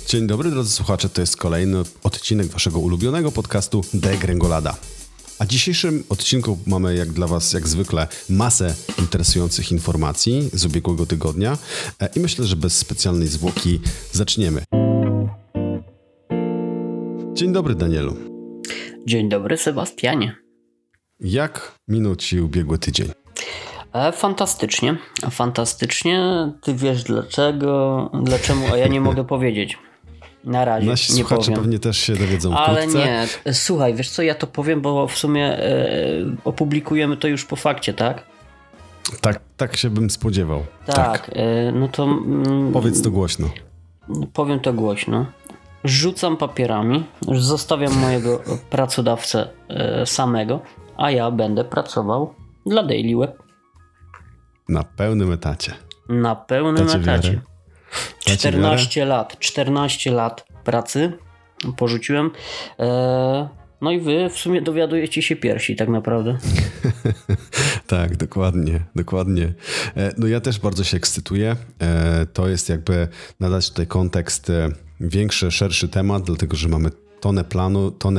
Dzień dobry drodzy słuchacze, to jest kolejny odcinek waszego ulubionego podcastu Degrengolada. A w dzisiejszym odcinku mamy jak dla was, jak zwykle, masę interesujących informacji z ubiegłego tygodnia i myślę, że bez specjalnej zwłoki zaczniemy. Dzień dobry Danielu. Dzień dobry Sebastianie. Jak minął ci ubiegły tydzień? Fantastycznie. Ty wiesz dlaczego, a ja nie mogę powiedzieć. Na razie Nasi nie słuchacze powiem. pewnie też się dowiedzą Ale wkrótce. nie, słuchaj, wiesz co, ja to powiem, bo w sumie opublikujemy to już po fakcie, tak? Tak się bym spodziewał. Tak. No to... Powiedz to głośno. Powiem to głośno. Rzucam papierami, zostawiam mojego pracodawcę samego, a ja będę pracował dla Daily Web. Na pełnym etacie. Na pełnym etacie. Wiarę? 14 lat pracy porzuciłem. No i wy w sumie dowiadujecie się pierwsi tak naprawdę. Tak, dokładnie. No ja też bardzo się ekscytuję. To jest jakby nadać tutaj kontekst, większy, szerszy temat, dlatego że mamy tonę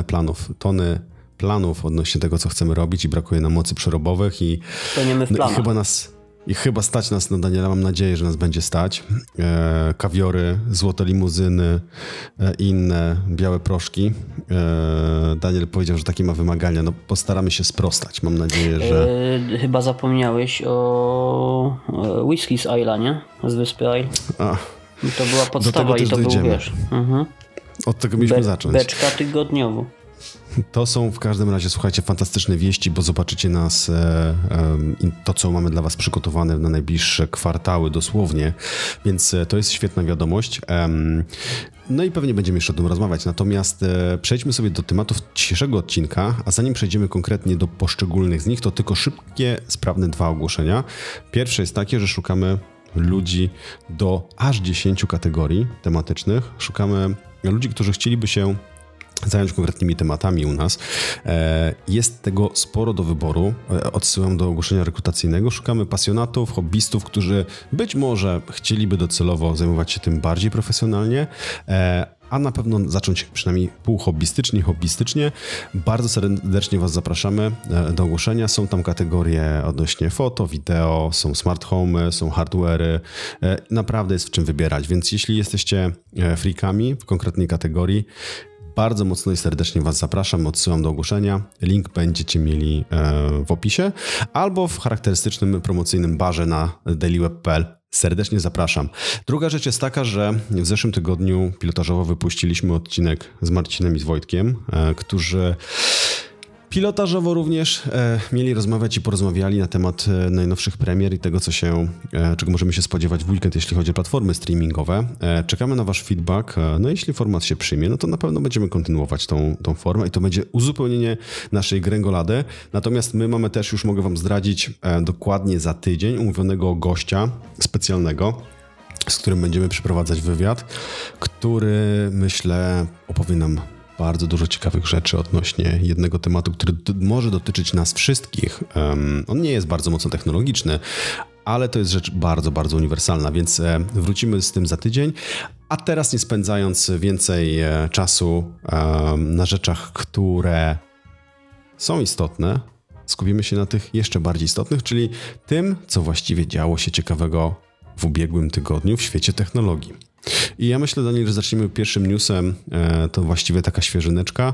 planów odnośnie tego, co chcemy robić i brakuje nam mocy przerobowych i Toniemy w planach. Chyba stać nas na Daniela, mam nadzieję, że nas będzie stać. Kawiory, złote limuzyny i inne białe proszki. Daniel powiedział, że takie ma wymagania. No postaramy się sprostać. Mam nadzieję, że... Chyba zapomniałeś o whisky z Isla, nie? Z wyspy Isle. To była podstawa i to był, wiesz. Od tego mieliśmy zacząć. Beczka tygodniowo. To są w każdym razie, słuchajcie, fantastyczne wieści, bo zobaczycie nas, to co mamy dla was przygotowane na najbliższe kwartały dosłownie, więc to jest świetna wiadomość. No i pewnie będziemy jeszcze o tym rozmawiać, natomiast przejdźmy sobie do tematów dzisiejszego odcinka, a zanim przejdziemy konkretnie do poszczególnych z nich, to tylko szybkie, sprawne 2 ogłoszenia. Pierwsze jest takie, że szukamy ludzi do aż 10 kategorii tematycznych. Szukamy ludzi, którzy chcieliby się zająć konkretnymi tematami u nas. Jest tego sporo do wyboru. Odsyłam do ogłoszenia rekrutacyjnego. Szukamy pasjonatów, hobbystów, którzy być może chcieliby docelowo zajmować się tym bardziej profesjonalnie, a na pewno zacząć przynajmniej hobbystycznie. Bardzo serdecznie was zapraszamy do ogłoszenia. Są tam kategorie odnośnie foto, wideo, są smart home, są hardware'y. Naprawdę jest w czym wybierać, więc jeśli jesteście freakami w konkretnej kategorii, bardzo mocno i serdecznie was zapraszam, odsyłam do ogłoszenia. Link będziecie mieli w opisie albo w charakterystycznym promocyjnym barze na dailyweb.pl. Serdecznie zapraszam. Druga rzecz jest taka, że w zeszłym tygodniu pilotażowo wypuściliśmy odcinek z Marcinem i z Wojtkiem, którzy pilotażowo również mieli rozmawiać i porozmawiali na temat najnowszych premier i tego, czego możemy się spodziewać w weekend, jeśli chodzi o platformy streamingowe. Czekamy na wasz feedback. No jeśli format się przyjmie, no to na pewno będziemy kontynuować tą formę i to będzie uzupełnienie naszej Grengolady. Natomiast my mamy też, już mogę wam zdradzić, dokładnie za tydzień umówionego gościa specjalnego, z którym będziemy przeprowadzać wywiad, który, myślę, opowie nam bardzo dużo ciekawych rzeczy odnośnie jednego tematu, który może dotyczyć nas wszystkich. On nie jest bardzo mocno technologiczny, ale to jest rzecz bardzo, bardzo uniwersalna, więc wrócimy z tym za tydzień. A teraz, nie spędzając więcej czasu na rzeczach, które są istotne, skupimy się na tych jeszcze bardziej istotnych, czyli tym, co właściwie działo się ciekawego w ubiegłym tygodniu w świecie technologii. I ja myślę, Daniel, że zaczniemy pierwszym newsem, to właściwie taka świeżyneczka.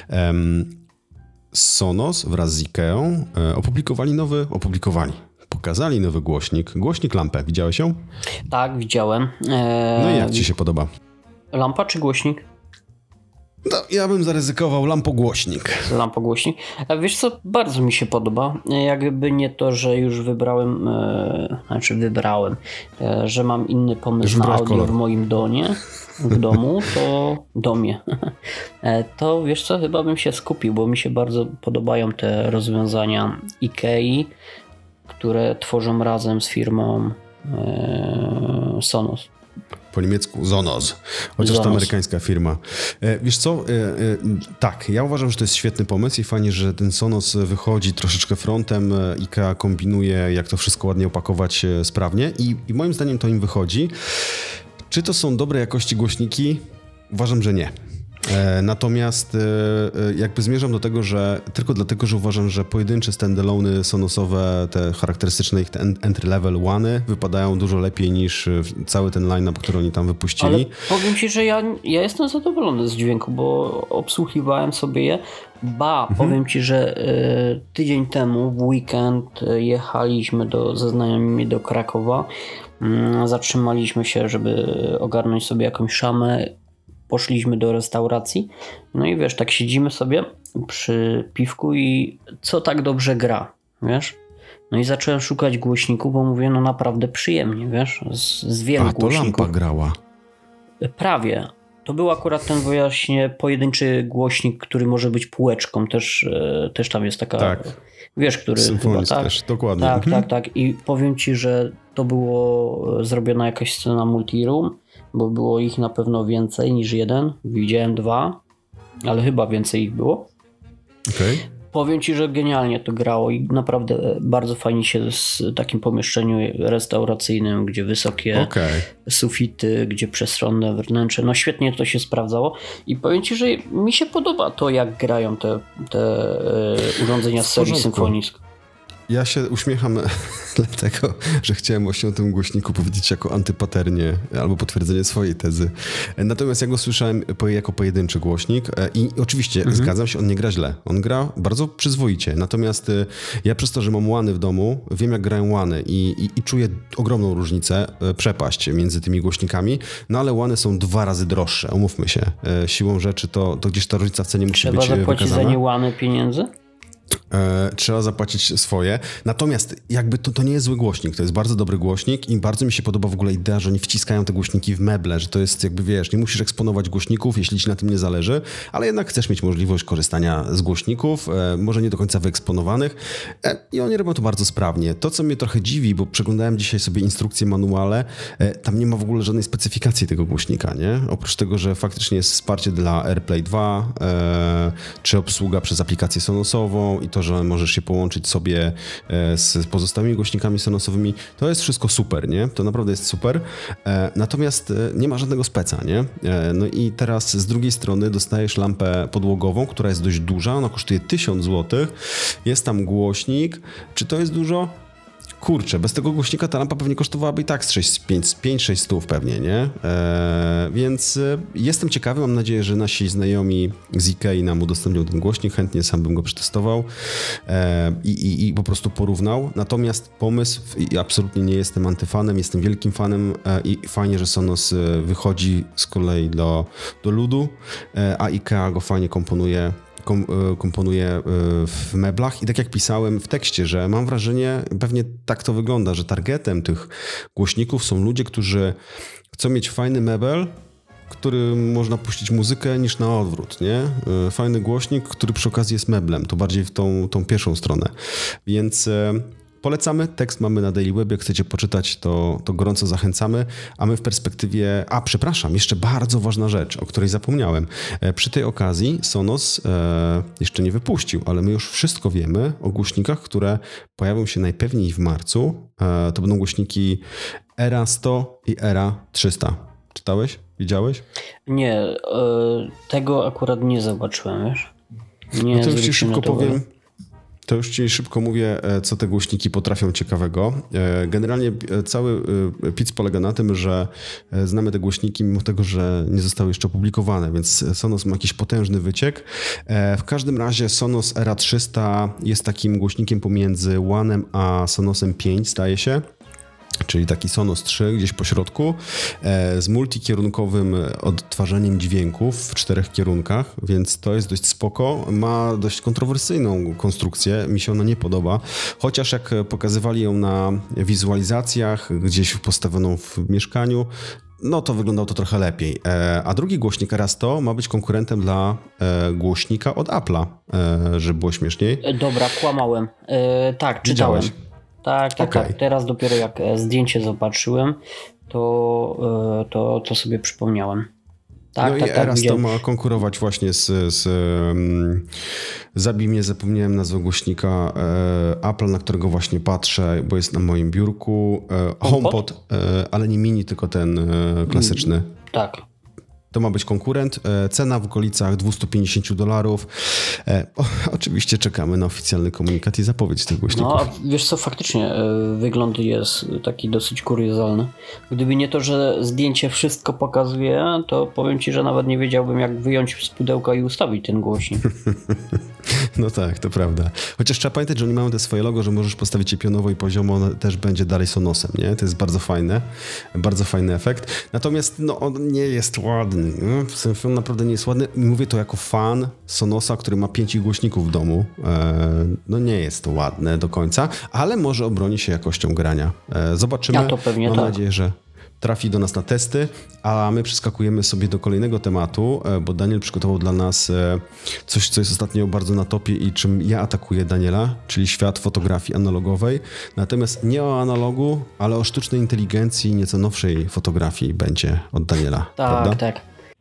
Sonos wraz z Ikeą pokazali nowy głośnik lampę. Widziałeś ją? Tak, widziałem. No i jak ci się podoba? Lampa czy głośnik? No, ja bym zaryzykował lampogłośnik. Lampogłośnik. A wiesz co, bardzo mi się podoba. Jakby nie to, że już wybrałem, że mam inny pomysł na audio kolor w moim domu, to wiesz co, chyba bym się skupił, bo mi się bardzo podobają te rozwiązania Ikei, które tworzą razem z firmą Sonos. Po niemiecku Sonos, chociaż to amerykańska firma. Wiesz co, tak, ja uważam, że to jest świetny pomysł i fajnie, że ten Sonos wychodzi troszeczkę frontem, IKEA kombinuje, jak to wszystko ładnie opakować sprawnie i moim zdaniem to im wychodzi. Czy to są dobrej jakości głośniki? Uważam, że nie. Natomiast jakby zmierzam do tego, że tylko dlatego, że uważam, że pojedyncze standalone Sonosowe, te charakterystyczne ich te entry level one wypadają dużo lepiej niż cały ten line-up, który oni tam wypuścili. Ale powiem ci, że ja jestem zadowolony z dźwięku, bo obsłuchiwałem sobie je. Powiem ci, że tydzień temu w weekend jechaliśmy ze znajomymi do Krakowa. Zatrzymaliśmy się, żeby ogarnąć sobie jakąś szamę. Poszliśmy do restauracji, no i wiesz, tak siedzimy sobie przy piwku i co tak dobrze gra, wiesz? No i zacząłem szukać głośników, bo mówię, no naprawdę przyjemnie, wiesz? Z wielu głośników. A to lampa grała. Prawie. To był akurat ten właśnie pojedynczy głośnik, który może być półeczką, też tam jest taka, tak. Wiesz, który Symfonist chyba, też, dokładnie. Tak. I powiem ci, że to było zrobiona jakaś scena multiroom, bo było ich na pewno więcej niż jeden. Widziałem 2, ale chyba więcej ich było. Okay. Powiem ci, że genialnie to grało i naprawdę bardzo fajnie się z takim pomieszczeniu restauracyjnym, gdzie wysokie sufity, gdzie przestronne wnętrze. No świetnie to się sprawdzało i powiem ci, że mi się podoba to, jak grają te urządzenia z serii Symfonisk. Ja się uśmiecham dlatego, że chciałem właśnie o tym głośniku powiedzieć jako antypaternie albo potwierdzenie swojej tezy. Natomiast ja go słyszałem jako pojedynczy głośnik i oczywiście zgadzam się, on nie gra źle. On gra bardzo przyzwoicie. Natomiast ja przez to, że mam łany w domu, wiem jak grają łany i czuję ogromną różnicę, przepaść między tymi głośnikami, no ale łany są 2 razy droższe, umówmy się. Siłą rzeczy to gdzieś ta różnica w cenie musi być wykazana. Trzeba zapłacić za nie łany pieniędzy? Trzeba zapłacić swoje. Natomiast jakby to nie jest zły głośnik, to jest bardzo dobry głośnik i bardzo mi się podoba w ogóle idea, że oni wciskają te głośniki w meble, że to jest jakby, wiesz, nie musisz eksponować głośników, jeśli ci na tym nie zależy, ale jednak chcesz mieć możliwość korzystania z głośników, może nie do końca wyeksponowanych i oni robią to bardzo sprawnie. To, co mnie trochę dziwi, bo przeglądałem dzisiaj sobie instrukcje, manuale, tam nie ma w ogóle żadnej specyfikacji tego głośnika, nie? Oprócz tego, że faktycznie jest wsparcie dla AirPlay 2, czy obsługa przez aplikację Sonosową i to, że możesz się połączyć sobie z pozostałymi głośnikami Sonosowymi, to jest wszystko super, nie? To naprawdę jest super. Natomiast nie ma żadnego speca, nie? No i teraz z drugiej strony dostajesz lampę podłogową, która jest dość duża, ona kosztuje 1000 zł. Jest tam głośnik. Czy to jest dużo? Kurczę, bez tego głośnika ta lampa pewnie kosztowałaby i tak z 5-6 stów pewnie, nie? Więc jestem ciekawy, mam nadzieję, że nasi znajomi z Ikei nam udostępnią ten głośnik, chętnie sam bym go przetestował i po prostu porównał. Natomiast pomysł, i absolutnie nie jestem antyfanem, jestem wielkim fanem i fajnie, że Sonos wychodzi z kolei do ludu, a Ikea go fajnie komponuje w meblach i tak jak pisałem w tekście, że mam wrażenie, pewnie tak to wygląda, że targetem tych głośników są ludzie, którzy chcą mieć fajny mebel, który można puścić muzykę, niż na odwrót, nie? Fajny głośnik, który przy okazji jest meblem, to bardziej w tą pierwszą stronę. Więc polecamy, tekst mamy na Daily Web, jak chcecie poczytać, to gorąco zachęcamy, a my w perspektywie... jeszcze bardzo ważna rzecz, o której zapomniałem. Przy tej okazji Sonos jeszcze nie wypuścił, ale my już wszystko wiemy o głośnikach, które pojawią się najpewniej w marcu. To będą głośniki Era 100 i Era 300. Czytałeś? Widziałeś? Nie, tego akurat nie zobaczyłem, wiesz? Nie, no to już ci szybko powiem. To już ci szybko mówię, co te głośniki potrafią ciekawego. Generalnie cały pitch polega na tym, że znamy te głośniki mimo tego, że nie zostały jeszcze opublikowane, więc Sonos ma jakiś potężny wyciek. W każdym razie Sonos Era 300 jest takim głośnikiem pomiędzy One'em a Sonosem 5, zdaje się. Czyli taki Sonos 3 gdzieś po środku, z multikierunkowym odtwarzaniem dźwięków w 4 kierunkach, więc to jest dość spoko. Ma dość kontrowersyjną konstrukcję, mi się ona nie podoba, chociaż jak pokazywali ją na wizualizacjach, gdzieś postawioną w mieszkaniu, no to wyglądało to trochę lepiej. A drugi głośnik Era 100 ma być konkurentem dla głośnika od Apple'a, żeby było śmieszniej. Dobra, kłamałem. Tak, czytałem. Widziałeś? Tak. Teraz dopiero jak zdjęcie zobaczyłem, to sobie przypomniałem. Tak, no i Era 100 ma konkurować właśnie zabij mnie, zapomniałem nazwę głośnika Apple, na którego właśnie patrzę, bo jest na moim biurku. HomePod, ale nie mini, tylko ten klasyczny. To ma być konkurent. Cena w okolicach $250. Oczywiście czekamy na oficjalny komunikat i zapowiedź tych głośników. No, a wiesz co, faktycznie wygląd jest taki dosyć kuriozalny. Gdyby nie to, że zdjęcie wszystko pokazuje, to powiem ci, że nawet nie wiedziałbym, jak wyjąć z pudełka i ustawić ten głośnik. No tak, to prawda. Chociaż trzeba pamiętać, że oni mają te swoje logo, że możesz postawić je pionowo i poziomo, ono też będzie dalej Sonosem, nie? To jest bardzo fajny efekt. Natomiast no, on nie jest ładny. W sensie on naprawdę nie jest ładny. Mówię to jako fan Sonosa, który ma 5 głośników w domu. No nie jest to ładne do końca, ale może obroni się jakością grania. Zobaczymy. Ja to pewnie Mam tak. nadzieję, że trafi do nas na testy, a my przeskakujemy sobie do kolejnego tematu, bo Daniel przygotował dla nas coś, co jest ostatnio bardzo na topie i czym ja atakuję Daniela, czyli świat fotografii analogowej. Natomiast nie o analogu, ale o sztucznej inteligencji i nieco nowszej fotografii będzie od Daniela. Tak, prawda? tak.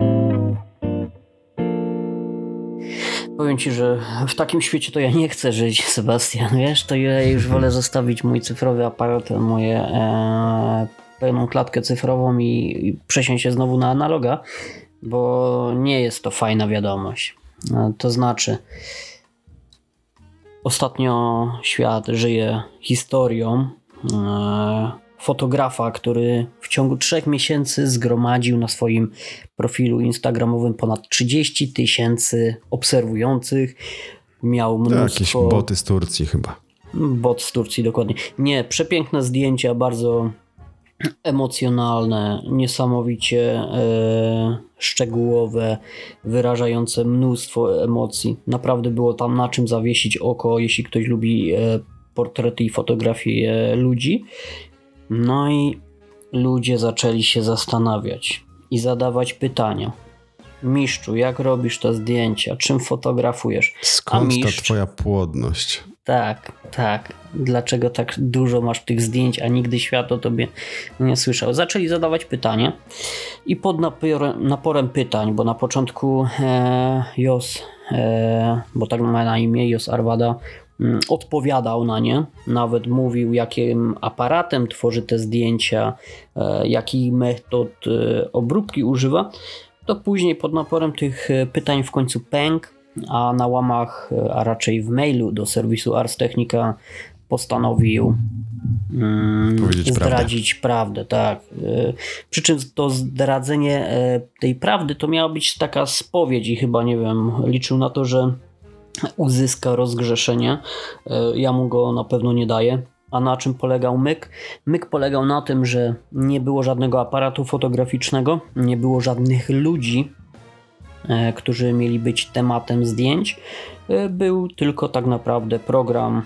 Powiem ci, że w takim świecie to ja nie chcę żyć, Sebastian, wiesz, to ja już wolę zostawić mój cyfrowy aparat, moje pełną klatkę cyfrową i przesiąść się znowu na analoga, bo nie jest to fajna wiadomość. To znaczy, ostatnio świat żyje historią fotografa, który w ciągu 3 miesięcy zgromadził na swoim profilu instagramowym ponad 30 000 obserwujących. Miał mnóstwo... Jakieś boty z Turcji chyba. Bot z Turcji, dokładnie. Nie, przepiękne zdjęcia, bardzo emocjonalne, niesamowicie szczegółowe, wyrażające mnóstwo emocji. Naprawdę było tam na czym zawiesić oko, jeśli ktoś lubi portrety i fotografie ludzi. No i ludzie zaczęli się zastanawiać i zadawać pytania. Mistrzu, jak robisz te zdjęcia? Czym fotografujesz? Skąd ta twoja płodność? Tak. Dlaczego tak dużo masz tych zdjęć, a nigdy świat o tobie nie słyszał? Zaczęli zadawać pytania i pod naporem pytań, bo na początku Jos, bo tak ma na imię, Jos Arvada, odpowiadał na nie, nawet mówił, jakim aparatem tworzy te zdjęcia, jaki metod obróbki używa, to później pod naporem tych pytań w końcu pękł, a na łamach, a raczej w mailu do serwisu Ars Technica postanowił zdradzić prawdę. Tak. Przy czym to zdradzenie tej prawdy to miała być taka spowiedź i chyba, nie wiem, liczył na to, że uzyska rozgrzeszenie. Ja mu go na pewno nie daję. A na czym polegał myk? Myk polegał na tym, że nie było żadnego aparatu fotograficznego, nie było żadnych ludzi, którzy mieli być tematem zdjęć. Był tylko tak naprawdę program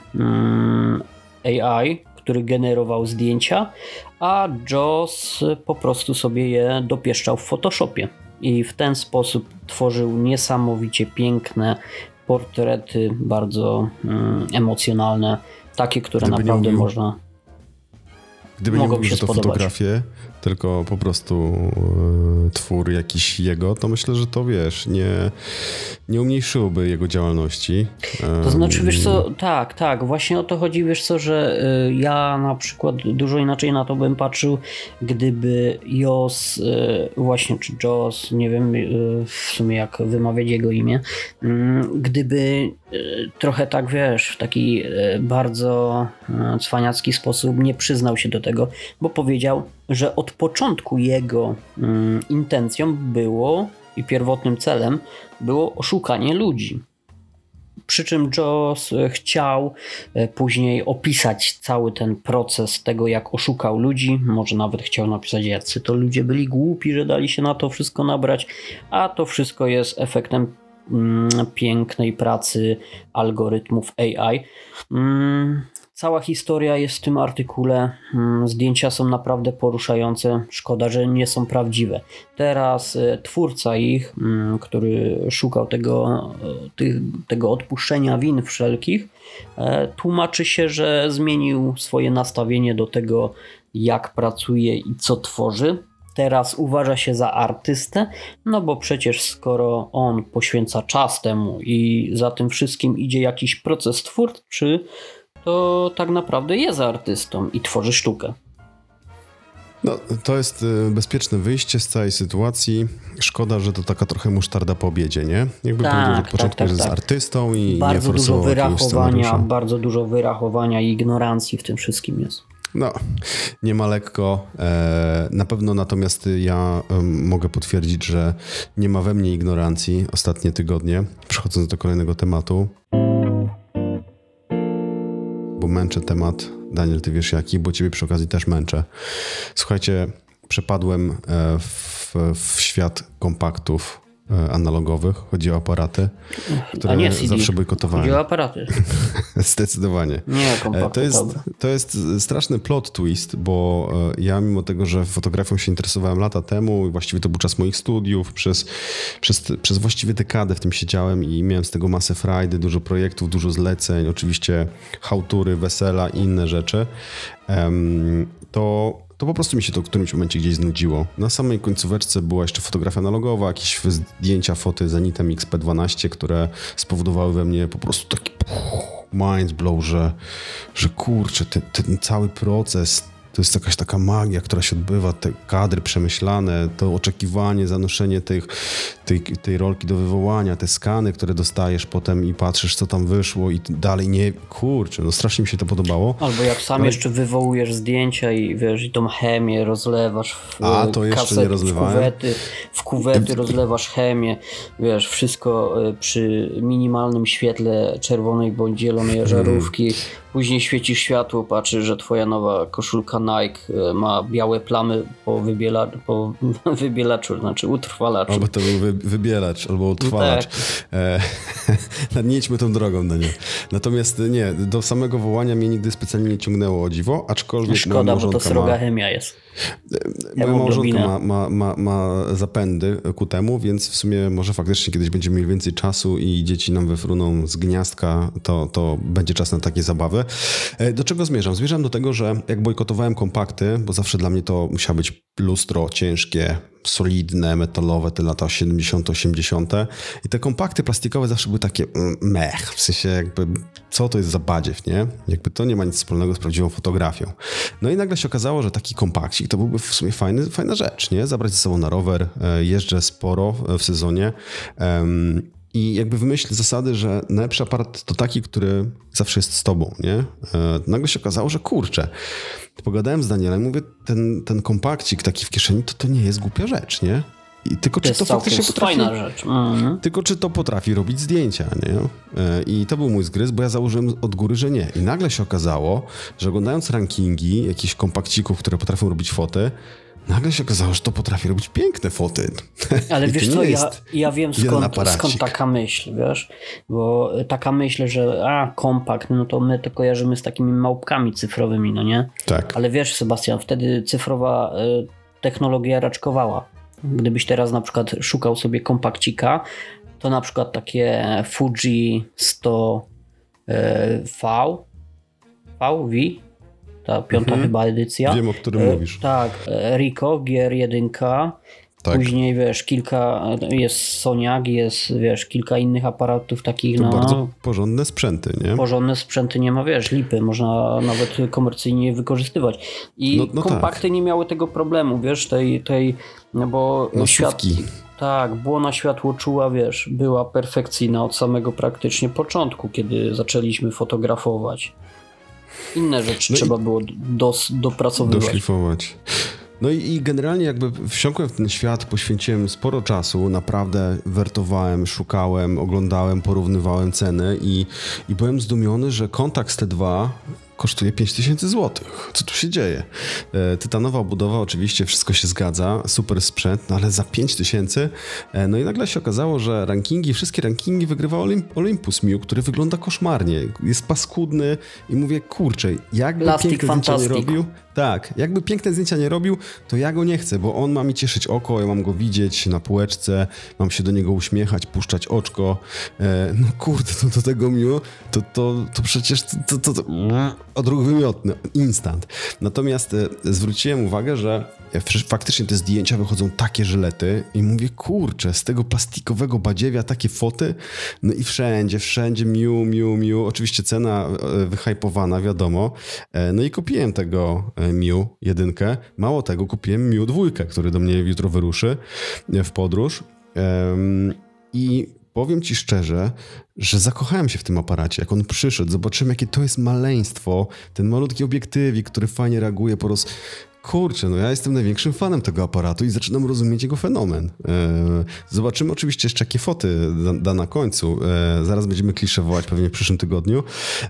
AI, który generował zdjęcia, a Joss po prostu sobie je dopieszczał w Photoshopie. I w ten sposób tworzył niesamowicie piękne portrety, bardzo emocjonalne, takie, które naprawdę można... Gdyby nie mówił, że to fotografie, tylko po prostu twór jakiś jego, to myślę, że to wiesz, nie umniejszyłoby jego działalności. To znaczy, wiesz co, tak, właśnie o to chodzi, wiesz co, że ja na przykład dużo inaczej na to bym patrzył, gdyby Jos, właśnie, czy Jos, nie wiem w sumie jak wymawiać jego imię, gdyby trochę tak, wiesz, w taki bardzo cwaniacki sposób nie przyznał się do tego, bo powiedział, że od początku jego intencją było i pierwotnym celem było oszukanie ludzi. Przy czym Joss chciał później opisać cały ten proces tego, jak oszukał ludzi. Może nawet chciał napisać, jacy to ludzie byli głupi, że dali się na to wszystko nabrać, a to wszystko jest efektem pięknej pracy algorytmów AI. Cała historia jest w tym artykule. Zdjęcia są naprawdę poruszające. Szkoda, że nie są prawdziwe. Teraz twórca ich, który szukał tego odpuszczenia win wszelkich, tłumaczy się, że zmienił swoje nastawienie do tego, jak pracuje i co tworzy. Teraz uważa się za artystę, no bo przecież skoro on poświęca czas temu i za tym wszystkim idzie jakiś proces twórczy, to tak naprawdę jest artystą i tworzy sztukę. No, to jest bezpieczne wyjście z całej sytuacji. Szkoda, że to taka trochę musztarda po obiedzie, nie? Jakby powiedział, że od początku jest artystą i bardzo nie forsował jakiegoś scenariusza. Bardzo dużo wyrachowania i ignorancji w tym wszystkim jest. No, nie ma lekko. Na pewno natomiast ja mogę potwierdzić, że nie ma we mnie ignorancji ostatnie tygodnie. Przechodząc do kolejnego tematu. Bo męczę temat. Daniel, ty wiesz jaki, bo ciebie przy okazji też męczę. Słuchajcie, przepadłem w świat kompaktów analogowych. Chodzi o aparaty, które zawsze bojkotowałem. Chodzi o aparaty. Zdecydowanie. Nie kompakty. To jest straszny plot twist, bo ja mimo tego, że fotografią się interesowałem lata temu i właściwie to był czas moich studiów, przez właściwie dekadę w tym siedziałem i miałem z tego masę frajdy, dużo projektów, dużo zleceń, oczywiście chałtury, wesela i inne rzeczy, to po prostu mi się to w którymś momencie gdzieś znudziło. Na samej końcóweczce była jeszcze fotografia analogowa, jakieś zdjęcia, foty Zenitem XP12, które spowodowały we mnie po prostu taki mind blow, że kurczę, ten cały proces to jest jakaś taka magia, która się odbywa, te kadry przemyślane, to oczekiwanie, zanoszenie tej rolki do wywołania, te skany, które dostajesz potem i patrzysz, co tam wyszło i dalej nie... Kurczę, no strasznie mi się to podobało. Albo jak sam jeszcze wywołujesz zdjęcia i wiesz, i tą chemię rozlewasz w to jeszcze nie rozlewałem. W kuwety rozlewasz chemię, wiesz, wszystko przy minimalnym świetle czerwonej bądź zielonej żarówki. Później świecisz światło, patrzysz, że twoja nowa koszulka Nike ma białe plamy po wybielaczu, znaczy utrwalaczu. Albo to był wybielacz, albo utrwalacz. Tak. Nie idźmy tą drogą, Daniel. Natomiast nie, do samego wołania mnie nigdy specjalnie nie ciągnęło, o dziwo, aczkolwiek szkoda, bo to sroga chemia jest. Moja małżonka ma zapędy ku temu, więc w sumie może faktycznie kiedyś będziemy mieli więcej czasu i dzieci nam wyfruną z gniazdka, to będzie czas na takie zabawy. Do czego zmierzam? Zmierzam do tego, że jak bojkotowałem kompakty, bo zawsze dla mnie to musiało być lustro ciężkie, solidne, metalowe, te lata 70., 80. I te kompakty plastikowe zawsze były takie mech, w sensie jakby co to jest za badziew, nie? Jakby to nie ma nic wspólnego z prawdziwą fotografią. No i nagle się okazało, że taki kompakcik to byłby w sumie fajna rzecz, nie? Zabrać ze sobą na rower, jeżdżę sporo w sezonie i jakby wymyśl zasady, że najlepszy aparat to taki, który zawsze jest z tobą, nie? Nagle się okazało, że kurczę, pogadałem z Danielem, mówię, ten kompakcik taki w kieszeni, to nie jest głupia rzecz, nie? I tylko czy to faktycznie potrafi... fajna rzecz. Tylko czy to potrafi robić zdjęcia, nie? I to był mój zgryz, bo ja założyłem od góry, że nie. I nagle się okazało, że oglądając rankingi jakichś kompakcików, które potrafią robić foty, nagle się okazało, że to potrafi robić piękne foty. Ale wiesz co, ja wiem skąd taka myśl, wiesz? Bo taka myśl, że kompakt, no to my to kojarzymy z takimi małpkami cyfrowymi, no nie? Tak. Ale wiesz, Sebastian, wtedy cyfrowa technologia raczkowała. Gdybyś teraz na przykład szukał sobie kompakcika, to na przykład takie Fuji 100 V, ta piąta chyba edycja. Wiem, o którym mówisz. Tak, Ricoh GR1, tak. Później wiesz, jest Soniac, jest wiesz, kilka innych aparatów takich. To bardzo porządne sprzęty, nie? Porządne sprzęty, nie ma wiesz, lipy, można nawet komercyjnie je wykorzystywać. I kompakty nie miały tego problemu, wiesz, no bo tak, błona światłoczuła, wiesz, była perfekcyjna od samego praktycznie początku, kiedy zaczęliśmy fotografować. Inne rzeczy trzeba było dopracowywać. Doszlifować. No i generalnie jakby wsiąkłem w ten świat, poświęciłem sporo czasu, naprawdę wertowałem, szukałem, oglądałem, porównywałem ceny i byłem zdumiony, że Contax T2 kosztuje 5000 zł. Co tu się dzieje? Tytanowa obudowa, oczywiście wszystko się zgadza, super sprzęt, no ale za 5000. No i nagle się okazało, że wszystkie rankingi wygrywa Olympus Miu, który wygląda koszmarnie, jest paskudny i mówię, kurczę, jakby piękne zdjęcia nie robił, jakby piękne zdjęcia nie robił, to ja go nie chcę, bo on ma mi cieszyć oko, ja mam go widzieć na półeczce, mam się do niego uśmiechać, puszczać oczko. No kurde, to do tego Miu, to przecież to odruch wymiotny, instant. Natomiast zwróciłem uwagę, że faktycznie te zdjęcia wychodzą takie żylety i mówię, kurczę, z tego plastikowego badziewia takie foty, no i wszędzie Miu. Oczywiście cena wyhypowana, wiadomo. No i kupiłem tego Miu 1. Mało tego, kupiłem Miu 2, który do mnie jutro wyruszy w podróż. I powiem ci szczerze, że zakochałem się w tym aparacie. Jak on przyszedł, zobaczyłem, jakie to jest maleństwo. Ten malutki obiektywik, który fajnie reaguje po roz... Kurczę, no ja jestem największym fanem tego aparatu i zaczynam rozumieć jego fenomen. Zobaczymy oczywiście jeszcze, jakie foty da na końcu. Zaraz będziemy kliszować pewnie w przyszłym tygodniu.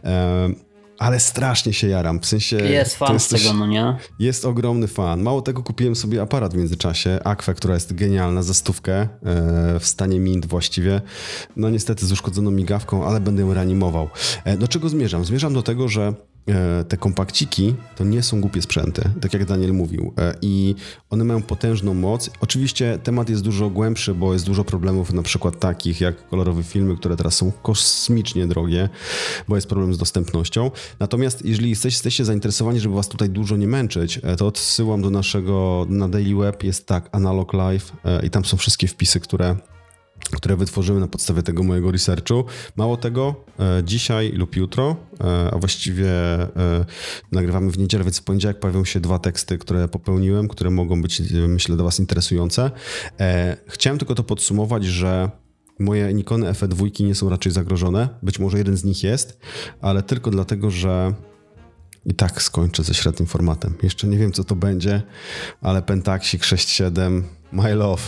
Ale strasznie się jaram, w sensie... Jest fan z tego, no nie? Jest ogromny fan. Mało tego, kupiłem sobie aparat w międzyczasie, Aquę, która jest genialna, za 100, w stanie mint właściwie. No niestety z uszkodzoną migawką, ale będę ją reanimował. Do czego zmierzam? Zmierzam do tego, że te kompakciki to nie są głupie sprzęty, tak jak Daniel mówił. I one mają potężną moc. Oczywiście temat jest dużo głębszy, bo jest dużo problemów, na przykład takich jak kolorowe filmy, które teraz są kosmicznie drogie, bo jest problem z dostępnością. Natomiast jeżeli jesteście zainteresowani, żeby was tutaj dużo nie męczyć, to odsyłam do na Daily Web, jest tak, Analog Live i tam są wszystkie wpisy, które wytworzymy na podstawie tego mojego researchu. Mało tego, dzisiaj lub jutro, a właściwie nagrywamy w niedzielę, więc w poniedziałek pojawią się 2 teksty, które popełniłem, które mogą być, myślę, dla was interesujące. Chciałem tylko to podsumować, że moje Nikony FE2 nie są raczej zagrożone. Być może jeden z nich jest, ale tylko dlatego, że i tak skończę ze średnim formatem. Jeszcze nie wiem, co to będzie, ale Pentaxik 6.7, my love.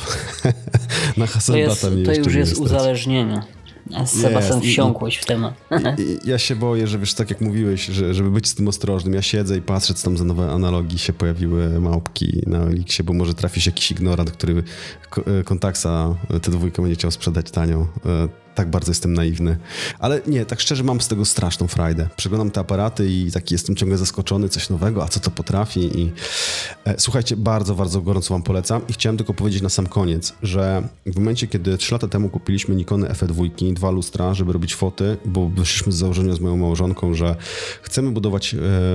Na Hasselblada mi to jeszcze już nie jest stać. uzależnienie. Sebastian, wsiąkłeś w temat. Ja się boję, że wiesz, tak jak mówiłeś, żeby być z tym ostrożnym. Ja siedzę i patrzę, co tam za nowe analogi się pojawiły, małpki na Elixie, bo może trafi się jakiś ignorant, który Contaxa T2 będzie chciał sprzedać tanio. Tak bardzo jestem naiwny. Ale nie, tak szczerze mam z tego straszną frajdę. Przeglądam te aparaty i taki jestem ciągle zaskoczony, coś nowego, a co to potrafi. I słuchajcie, bardzo, bardzo gorąco wam polecam i chciałem tylko powiedzieć na sam koniec, że w momencie, kiedy 3 lata temu kupiliśmy Nikony FE2, 2 lustra, żeby robić foty, bo wyszliśmy z założenia z moją małżonką, że chcemy budować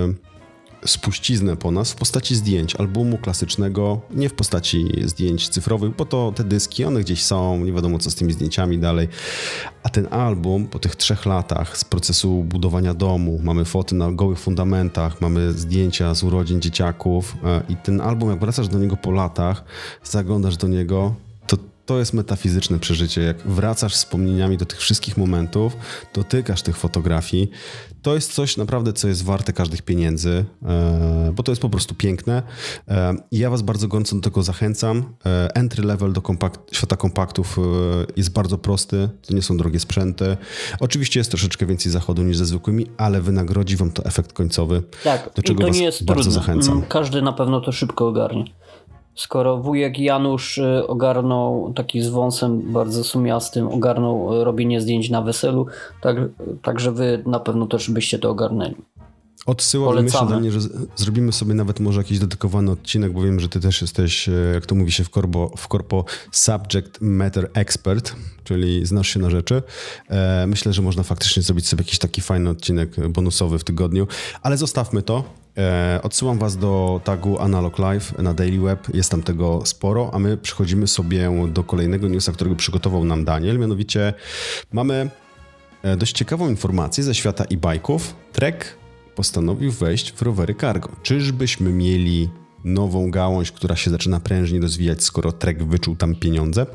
spuściznę po nas w postaci zdjęć, albumu klasycznego, nie w postaci zdjęć cyfrowych, bo to te dyski, one gdzieś są, nie wiadomo co z tymi zdjęciami dalej. A ten album po tych 3 latach z procesu budowania domu, mamy foty na gołych fundamentach, mamy zdjęcia z urodzin dzieciaków i ten album, jak wracasz do niego po latach, zaglądasz do niego, to jest metafizyczne przeżycie. Jak wracasz wspomnieniami do tych wszystkich momentów, dotykasz tych fotografii, to jest coś naprawdę, co jest warte każdych pieniędzy, bo to jest po prostu piękne. I ja was bardzo gorąco do tego zachęcam. Entry level do świata kompaktów jest bardzo prosty, to nie są drogie sprzęty. Oczywiście jest troszeczkę więcej zachodu niż ze zwykłymi, ale wynagrodzi wam to efekt końcowy, tak, do czego to was nie jest bardzo trudne. zachęcam. Każdy na pewno to szybko ogarnie. Skoro wujek Janusz ogarnął, taki z wąsem bardzo sumiastym, ogarnął robienie zdjęć na weselu, także wy na pewno też byście to ogarnęli. Odsyłam, myślę, Daniel, że zrobimy sobie nawet może jakiś dedykowany odcinek, bo wiem, że ty też jesteś, jak to mówi się w korpo, subject matter expert, czyli znasz się na rzeczy. Myślę, że można faktycznie zrobić sobie jakiś taki fajny odcinek bonusowy w tygodniu, ale zostawmy to. Odsyłam was do tagu Analog Live na Daily Web, jest tam tego sporo, a my przechodzimy sobie do kolejnego newsa, którego przygotował nam Daniel, mianowicie mamy dość ciekawą informację ze świata e-bike'ów. Trek postanowił wejść w rowery cargo. Czyżbyśmy mieli nową gałąź, która się zaczyna prężnie rozwijać, skoro Trek wyczuł tam pieniądze?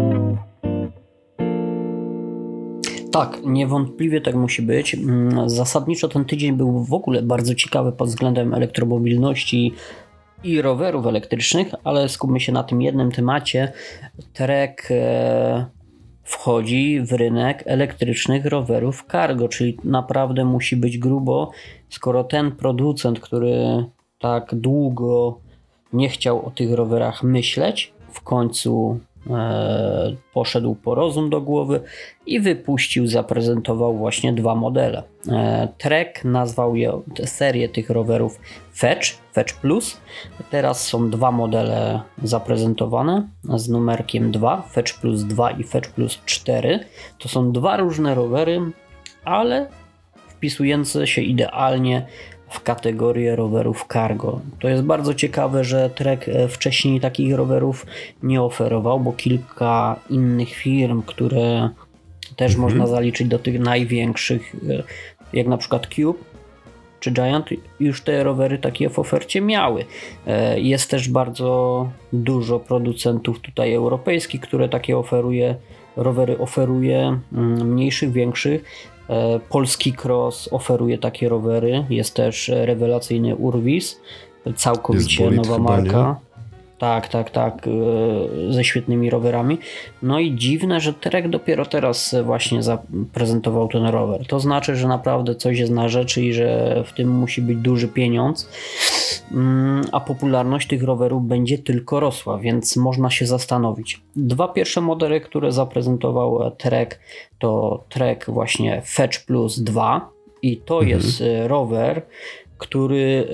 Tak, niewątpliwie tak musi być. Zasadniczo ten tydzień był w ogóle bardzo ciekawy pod względem elektromobilności i rowerów elektrycznych, ale skupmy się na tym jednym temacie. Trek wchodzi w rynek elektrycznych rowerów cargo, czyli naprawdę musi być grubo, skoro ten producent, który tak długo nie chciał o tych rowerach myśleć, w końcu poszedł po rozum do głowy i wypuścił, zaprezentował właśnie 2 modele. Trek nazwał serię tych rowerów Fetch Plus. Teraz są 2 modele zaprezentowane z numerkiem 2, Fetch Plus 2 i Fetch Plus 4. To są 2 różne rowery, ale wpisujące się idealnie w kategorię rowerów cargo. To jest bardzo ciekawe, że Trek wcześniej takich rowerów nie oferował, bo kilka innych firm, które też można zaliczyć do tych największych, jak na przykład Cube czy Giant, już te rowery takie w ofercie miały. Jest też bardzo dużo producentów tutaj europejskich, które takie rowery oferuje, mniejszych, większych. Polski Cross oferuje takie rowery. Jest też rewelacyjny Urwis, całkowicie nowa marka. Nie? Tak, ze świetnymi rowerami. No i dziwne, że Trek dopiero teraz właśnie zaprezentował ten rower. To znaczy, że naprawdę coś jest na rzeczy i że w tym musi być duży pieniądz, a popularność tych rowerów będzie tylko rosła, więc można się zastanowić. Dwa pierwsze modele, które zaprezentował Trek, to Trek właśnie Fetch Plus 2 i to jest rower, który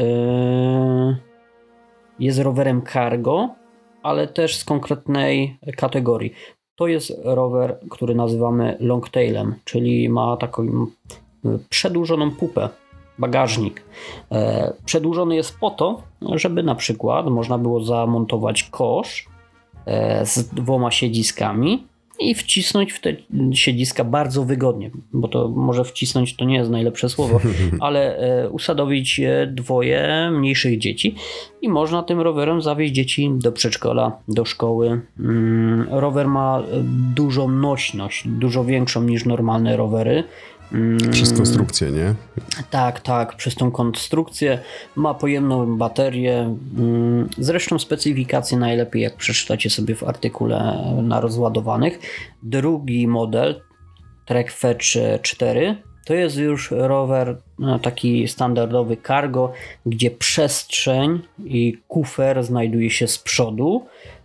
jest rowerem cargo, ale też z konkretnej kategorii. To jest rower, który nazywamy longtailem, czyli ma taką przedłużoną pupę, bagażnik. Przedłużony jest po to, żeby na przykład można było zamontować kosz z 2 siedziskami i wcisnąć w te siedziska bardzo wygodnie, bo to może wcisnąć to nie jest najlepsze słowo, ale usadowić 2 mniejszych dzieci i można tym rowerem zawieźć dzieci do przedszkola, do szkoły. Rower ma dużą nośność, dużo większą niż normalne rowery. Przez konstrukcję, nie? Tak, przez tą konstrukcję. Ma pojemną baterię. Zresztą specyfikacje najlepiej jak przeczytacie sobie w artykule na rozładowanych. Drugi model, Trek Fetch 4, to jest już rower taki standardowy cargo, gdzie przestrzeń i kufer znajduje się z przodu.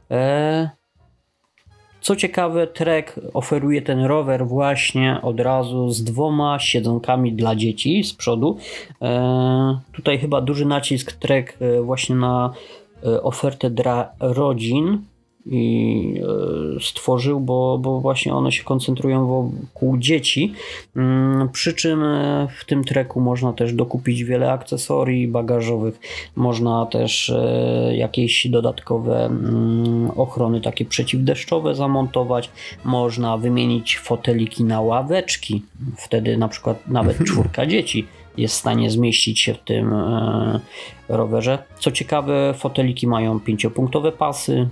Co ciekawe, Trek oferuje ten rower właśnie od razu z 2 siedzonkami dla dzieci z przodu. Tutaj chyba duży nacisk Trek właśnie na ofertę dla rodzin i stworzył, bo właśnie one się koncentrują wokół dzieci. Przy czym w tym Treku można też dokupić wiele akcesorii bagażowych, można też jakieś dodatkowe ochrony takie przeciwdeszczowe zamontować, można wymienić foteliki na ławeczki, wtedy na przykład nawet 4 dzieci jest w stanie zmieścić się w tym rowerze. Co ciekawe, foteliki mają 5-punktowe pasy,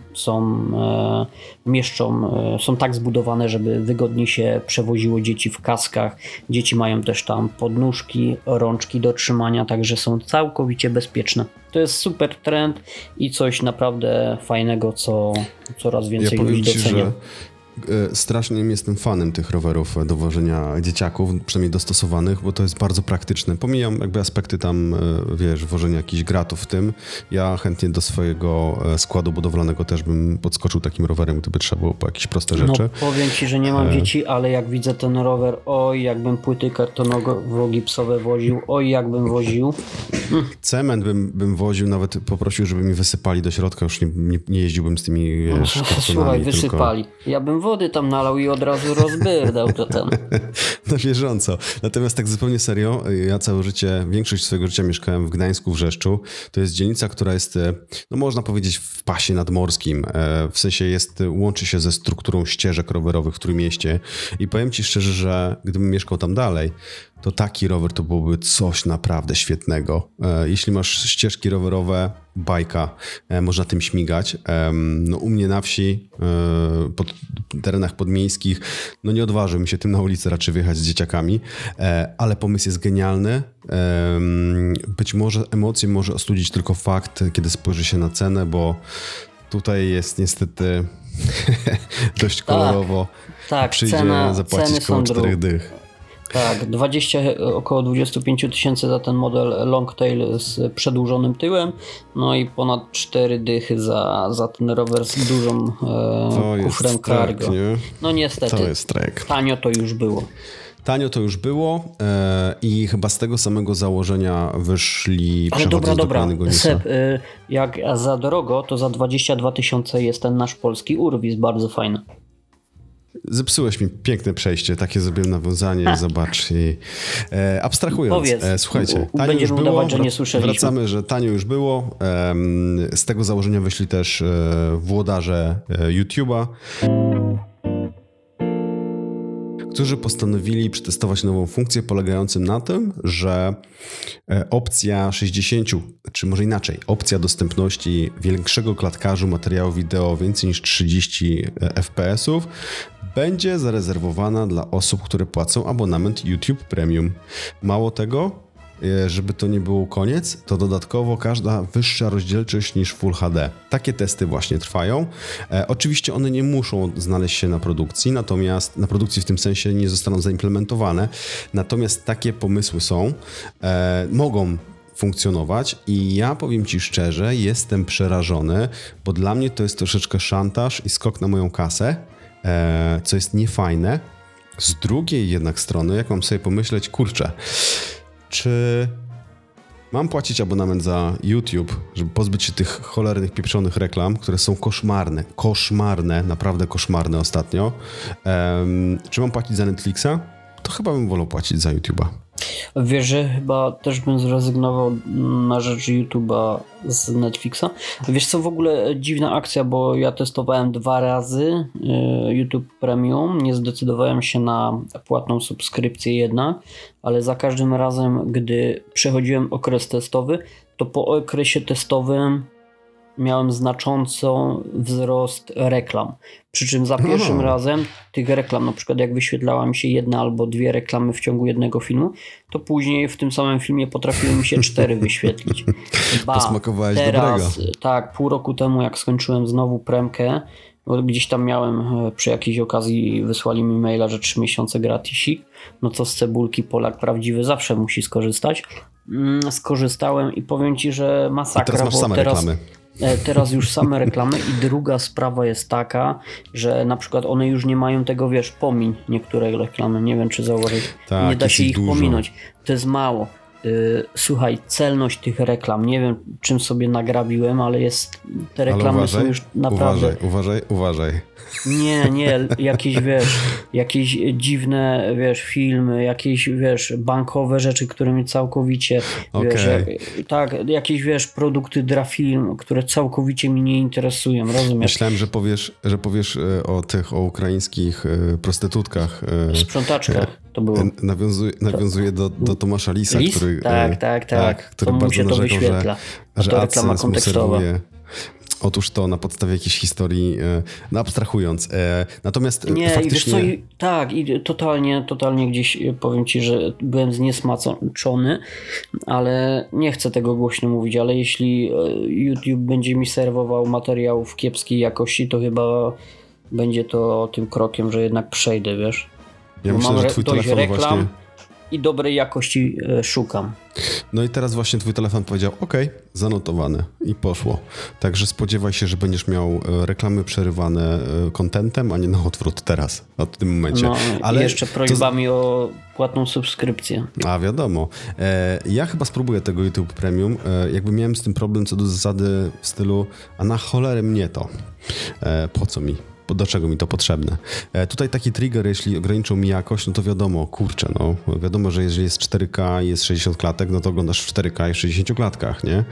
są tak zbudowane, żeby wygodnie się przewoziło dzieci w kaskach. Dzieci mają też tam podnóżki, rączki do trzymania, także są całkowicie bezpieczne. To jest super trend i coś naprawdę fajnego, co coraz więcej ludzi docenia. Strasznie jestem fanem tych rowerów do wożenia dzieciaków, przynajmniej dostosowanych, bo to jest bardzo praktyczne. Pomijam jakby aspekty tam, wożenia jakichś gratów w tym. Ja chętnie do swojego składu budowlanego też bym podskoczył takim rowerem, gdyby trzeba było po jakieś proste rzeczy. No powiem ci, że nie mam dzieci, ale jak widzę ten rower, oj jakbym płyty kartonowo-gipsowe woził, oj jakbym woził. Cement bym woził, nawet poprosił, żeby mi wysypali do środka, już nie jeździłbym z tymi kartonami. Słuchaj, wysypali. Ja bym wody tam nalał i od razu rozbyrdał to tam. Na bieżąco. Natomiast tak zupełnie serio, ja całe życie, większość swojego życia mieszkałem w Gdańsku, w Rzeszczu. To jest dzielnica, która jest, no można powiedzieć, w pasie nadmorskim. W sensie łączy się ze strukturą ścieżek rowerowych w Trójmieście. I powiem ci szczerze, że gdybym mieszkał tam dalej, to taki rower to byłoby coś naprawdę świetnego. Jeśli masz ścieżki rowerowe, bajka, można tym śmigać. No u mnie na wsi, pod terenach podmiejskich, no nie odważyłbym się tym na ulicę raczej wyjechać z dzieciakami, ale pomysł jest genialny. Być może emocje może ostudzić tylko fakt, kiedy spojrzy się na cenę, bo tutaj jest niestety dość kolorowo. Tak, przyjdzie zapłacić około 4 dych. Tak, około 25 000 za ten model Longtail z przedłużonym tyłem, no i ponad 4 dychy za ten rower z dużą kufrem cargo. No niestety, to jest trek. Tanio to już było I chyba z tego samego założenia wyszli. Ale dobra, Seb, jak za drogo, to za 22 000 jest ten nasz polski Urwis, bardzo fajny. Zepsułeś mi piękne przejście, takie zrobiłem nawiązanie, zobacz. Abstrahując, Powiedz, słuchajcie, Tanio już było, udawać, że nie słyszeliśmy. wracamy, że Tanio już było. Z tego założenia wyszli też włodarze YouTube'a, którzy postanowili przetestować nową funkcję polegającą na tym, że opcja 60, czy może inaczej, opcja dostępności większego klatkarzu materiału wideo więcej niż 30 fps-ów będzie zarezerwowana dla osób, które płacą abonament YouTube Premium. Mało tego, żeby to nie było koniec, to dodatkowo każda wyższa rozdzielczość niż Full HD. Takie testy właśnie trwają. Oczywiście one nie muszą znaleźć się na produkcji, natomiast na produkcji w tym sensie nie zostaną zaimplementowane. Natomiast takie pomysły są, mogą funkcjonować i ja powiem Ci szczerze, jestem przerażony, bo dla mnie to jest troszeczkę szantaż i skok na moją kasę, co jest niefajne. Z drugiej jednak strony, jak mam sobie pomyśleć, kurczę, czy mam płacić abonament za YouTube, żeby pozbyć się tych cholernych, pieprzonych reklam, które są koszmarne, naprawdę koszmarne ostatnio. Czy mam płacić za Netflixa? To chyba bym wolał płacić za YouTube'a. Wiesz, że chyba też bym zrezygnował na rzecz YouTube'a z Netflixa. Wiesz co, w ogóle dziwna akcja, bo ja testowałem 2 razy YouTube Premium, nie zdecydowałem się na płatną subskrypcję jednak, ale za każdym razem, gdy przechodziłem okres testowy, to po okresie testowym miałem znaczący wzrost reklam. Przy czym za pierwszym razem tych reklam, na przykład jak wyświetlała mi się 1 albo 2 reklamy w ciągu jednego filmu, to później w tym samym filmie potrafiły mi się 4 wyświetlić. Posmakowałeś teraz, dobrego. tak, pół roku temu jak skończyłem znowu premkę, bo gdzieś tam miałem przy jakiejś okazji, wysłali mi maila, że 3 miesiące gratisik, no to z cebulki Polak prawdziwy zawsze musi skorzystać. Skorzystałem i powiem Ci, że masakra. I teraz masz same reklamy. Teraz już same reklamy i druga sprawa jest taka, że na przykład one już nie mają tego, wiesz, pomiń niektóre reklamy, nie wiem czy zauważyć, tak, nie da się ich dużo pominąć, to jest mało. Słuchaj, celność tych reklam, nie wiem czym sobie nagrabiłem, ale te reklamy uważaj, są już naprawdę... Uważaj. Nie, jakieś dziwne, filmy, jakieś, bankowe rzeczy, które mnie całkowicie, jakieś, produkty dla film, które całkowicie mnie nie interesują, rozumiesz? Myślałem, że powiesz o ukraińskich prostytutkach. Sprzątaczkach to było. Nawiązuje do Tomasza Lisa, Lis? który to bardzo to wyświetla. że reklama AdSense mu kontekstowa. serwuje. Otóż to na podstawie jakiejś historii, abstrahując. Natomiast nie, faktycznie... i wiesz co, i totalnie gdzieś powiem Ci, że byłem zniesmaczony, ale nie chcę tego głośno mówić, ale jeśli YouTube będzie mi serwował materiałów kiepskiej jakości, to chyba będzie to tym krokiem, że jednak przejdę, wiesz? Ja myślę, że twój telefon reklam właśnie... i dobrej jakości szukam. No i teraz właśnie twój telefon powiedział, zanotowane i poszło. Także spodziewaj się, że będziesz miał reklamy przerywane contentem, a nie na odwrót teraz, w tym momencie. No, ale jeszcze prośbami o płatną subskrypcję. A wiadomo. Ja chyba spróbuję tego YouTube Premium. Jakby miałem z tym problem co do zasady w stylu, a na cholerę mnie to. Po co mi? Do czego mi to potrzebne. Tutaj taki trigger, jeśli ograniczą mi jakość, no to wiadomo, wiadomo, że jeżeli jest 4K i jest 60 klatek, no to oglądasz w 4K i 60 klatkach, nie?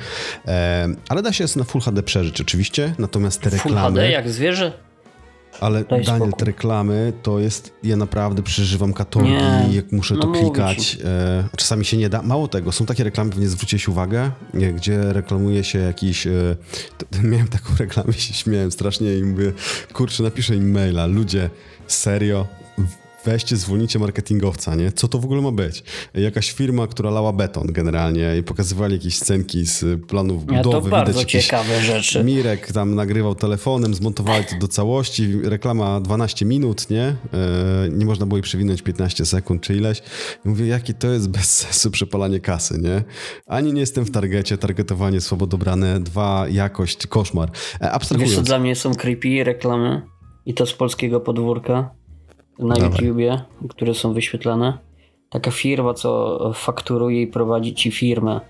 Ale da się na Full HD przeżyć oczywiście, natomiast te reklamy... Full HD jak zwierzę? Ale Daniel, te reklamy to jest, ja naprawdę przeżywam katorgi, jak muszę to klikać. Czasami się nie da. Mało tego, są takie reklamy, pewnie zwróciłeś uwagę, gdzie reklamuje się jakiś... Miałem taką reklamę, się śmiałem strasznie i mówię, kurczę, napiszę im maila. Ludzie, serio? Weźcie, zwolnijcie marketingowca, nie? Co to w ogóle ma być? Jakaś firma, która lała beton generalnie i pokazywali jakieś scenki z planów budowy. To bardzo ciekawe rzeczy. Mirek tam nagrywał telefonem, zmontowali to do całości, reklama 12 minut, nie? Nie można było jej przewinąć 15 sekund czy ileś. I mówię, jakie to jest bez sensu przepalanie kasy, nie? Ani nie jestem w targecie, targetowanie słabo dobrane, 2, jakość, koszmar. Abstrahując. Wiesz co dla mnie są creepy reklamy i to z polskiego podwórka na YouTubie, które są wyświetlane. Taka firma, co fakturuje i prowadzi ci firmę,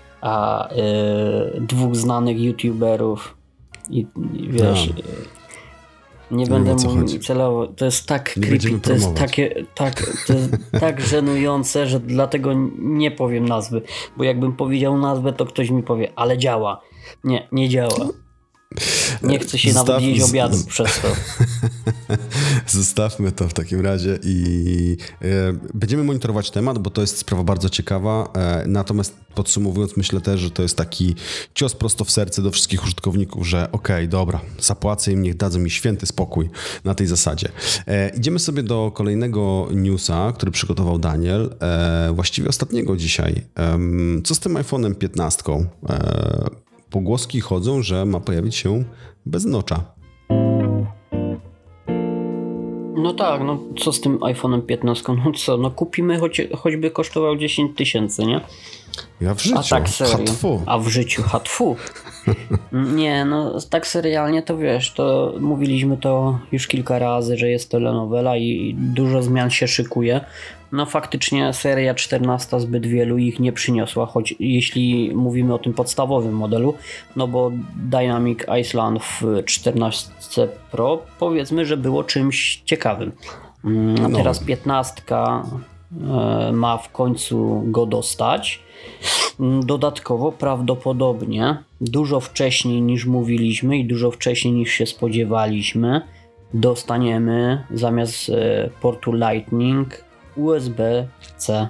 a 2 znanych YouTuberów i wiesz... Nie wiem, będę o co mówił chodzi. celowo. To jest tak Nie creepy, będziemy to jest promować. to jest tak żenujące, że dlatego nie powiem nazwy. Bo jakbym powiedział nazwę, to ktoś mi powie, ale działa. Nie, nie działa. Nie chce się nawet jeść obiadu przez to. Zostawmy to w takim razie i będziemy monitorować temat, bo to jest sprawa bardzo ciekawa. Natomiast podsumowując, myślę też, że to jest taki cios prosto w serce do wszystkich użytkowników, że okej, dobra, zapłacę im, niech dadzą mi święty spokój na tej zasadzie. Idziemy sobie do kolejnego newsa, który przygotował Daniel, właściwie ostatniego dzisiaj. Co z tym iPhone'em 15? Pogłoski chodzą, że ma pojawić się bez notcha. No tak, no co z tym iPhone'em 15? No co, no kupimy choćby kosztował 10 000, nie? Ja w życiu, A tak serio. hatfu. A w życiu, hatfu. Nie, no tak serialnie to wiesz, to mówiliśmy to już kilka razy, że jest telenowela i dużo zmian się szykuje. No faktycznie seria 14 zbyt wielu ich nie przyniosła, choć jeśli mówimy o tym podstawowym modelu, no bo Dynamic Island w 14 Pro powiedzmy, że było czymś ciekawym. A teraz 15 ma w końcu go dostać. Dodatkowo prawdopodobnie dużo wcześniej niż mówiliśmy i dużo wcześniej niż się spodziewaliśmy dostaniemy zamiast portu Lightning USB-C.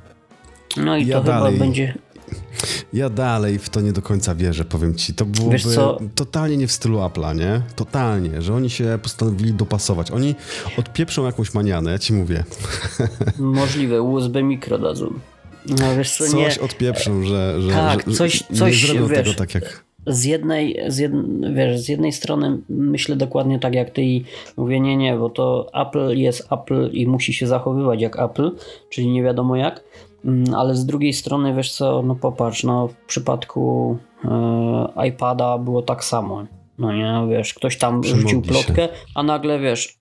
No i Ja to dalej chyba będzie... Ja dalej w to nie do końca wierzę, powiem ci. To byłoby totalnie nie w stylu Apple'a, nie? Totalnie, że oni się postanowili dopasować. Oni odpieprzą jakąś manianę, ja ci mówię. Możliwe, USB mikro dadzą. No wiesz co, coś odpieprzą, że tak, że coś nie zrobią wiesz, tego tak jak... Z jednej strony myślę dokładnie tak jak ty i mówię nie, bo to Apple jest Apple i musi się zachowywać jak Apple, czyli nie wiadomo jak, ale z drugiej strony wiesz co, no popatrz, no w przypadku iPada było tak samo, no nie, wiesz, ktoś tam rzucił plotkę, a nagle wiesz,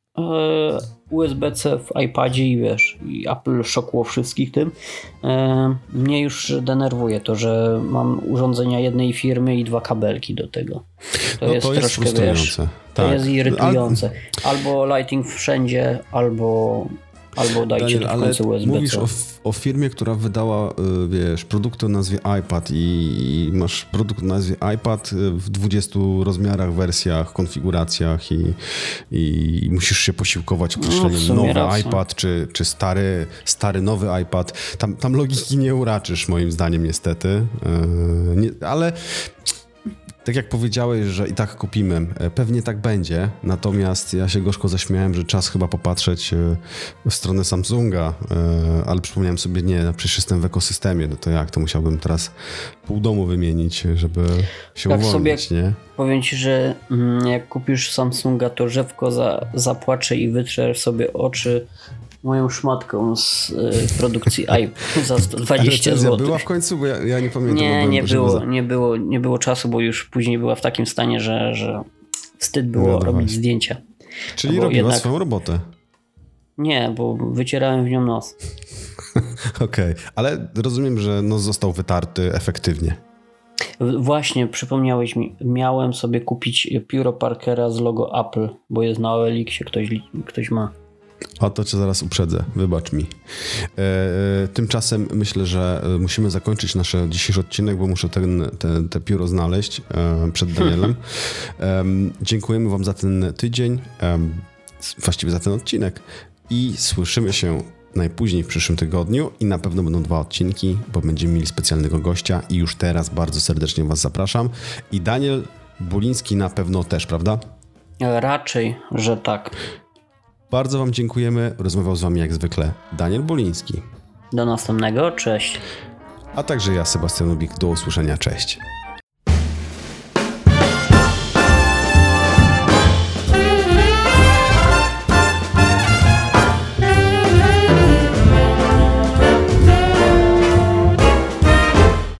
USB-C w iPadzie i wiesz, i Apple szokło wszystkich tym. Mnie już denerwuje to, że mam urządzenia jednej firmy i 2 kabelki do tego. To jest troszkę, frustrujące. wiesz, tak. to jest irytujące. Albo Lighting wszędzie, albo dajcie Daniel, w końcu USB-C. Mówisz o firmie, która wydała, wiesz, produkt o nazwie iPad i masz produkt o nazwie iPad w 20 rozmiarach, wersjach, konfiguracjach i musisz się posiłkować określeniem nowy racja. iPad czy stary nowy iPad. Tam logiki nie uraczysz moim zdaniem niestety, ale... Tak jak powiedziałeś, że i tak kupimy, pewnie tak będzie, natomiast ja się gorzko zaśmiałem, że czas chyba popatrzeć w stronę Samsunga, ale przypomniałem sobie, nie, przecież jestem w ekosystemie, no to jak, to musiałbym teraz pół domu wymienić, żeby się tak uwolnić, sobie, nie? Powiem ci, że jak kupisz Samsunga, to rzepko zapłaczę i wytrę sobie oczy moją szmatką z produkcji iPad za 120 zł. Była w końcu? Bo ja nie pamiętam. Nie było czasu, bo już później była w takim stanie, że wstyd było robić zdjęcia. Czyli robiła swoją robotę. Nie, bo wycierałem w nią nos. Okej, ale rozumiem, że nos został wytarty efektywnie. Właśnie, przypomniałeś mi, miałem sobie kupić pióro Parkera z logo Apple, bo jest na OLX-ie, ktoś ma. A to cię zaraz uprzedzę, wybacz mi. Tymczasem myślę, że musimy zakończyć nasz dzisiejszy odcinek, bo muszę te pióro znaleźć przed Danielem. Dziękujemy wam za ten tydzień, właściwie za ten odcinek i słyszymy się najpóźniej w przyszłym tygodniu i na pewno będą 2 odcinki, bo będziemy mieli specjalnego gościa i już teraz bardzo serdecznie was zapraszam. I Daniel Buliński na pewno też, prawda? Raczej, że tak. Bardzo wam dziękujemy. Rozmawiał z wami jak zwykle Daniel Buliński. Do następnego, cześć. A także ja, Sebastian Lubik. Do usłyszenia, cześć.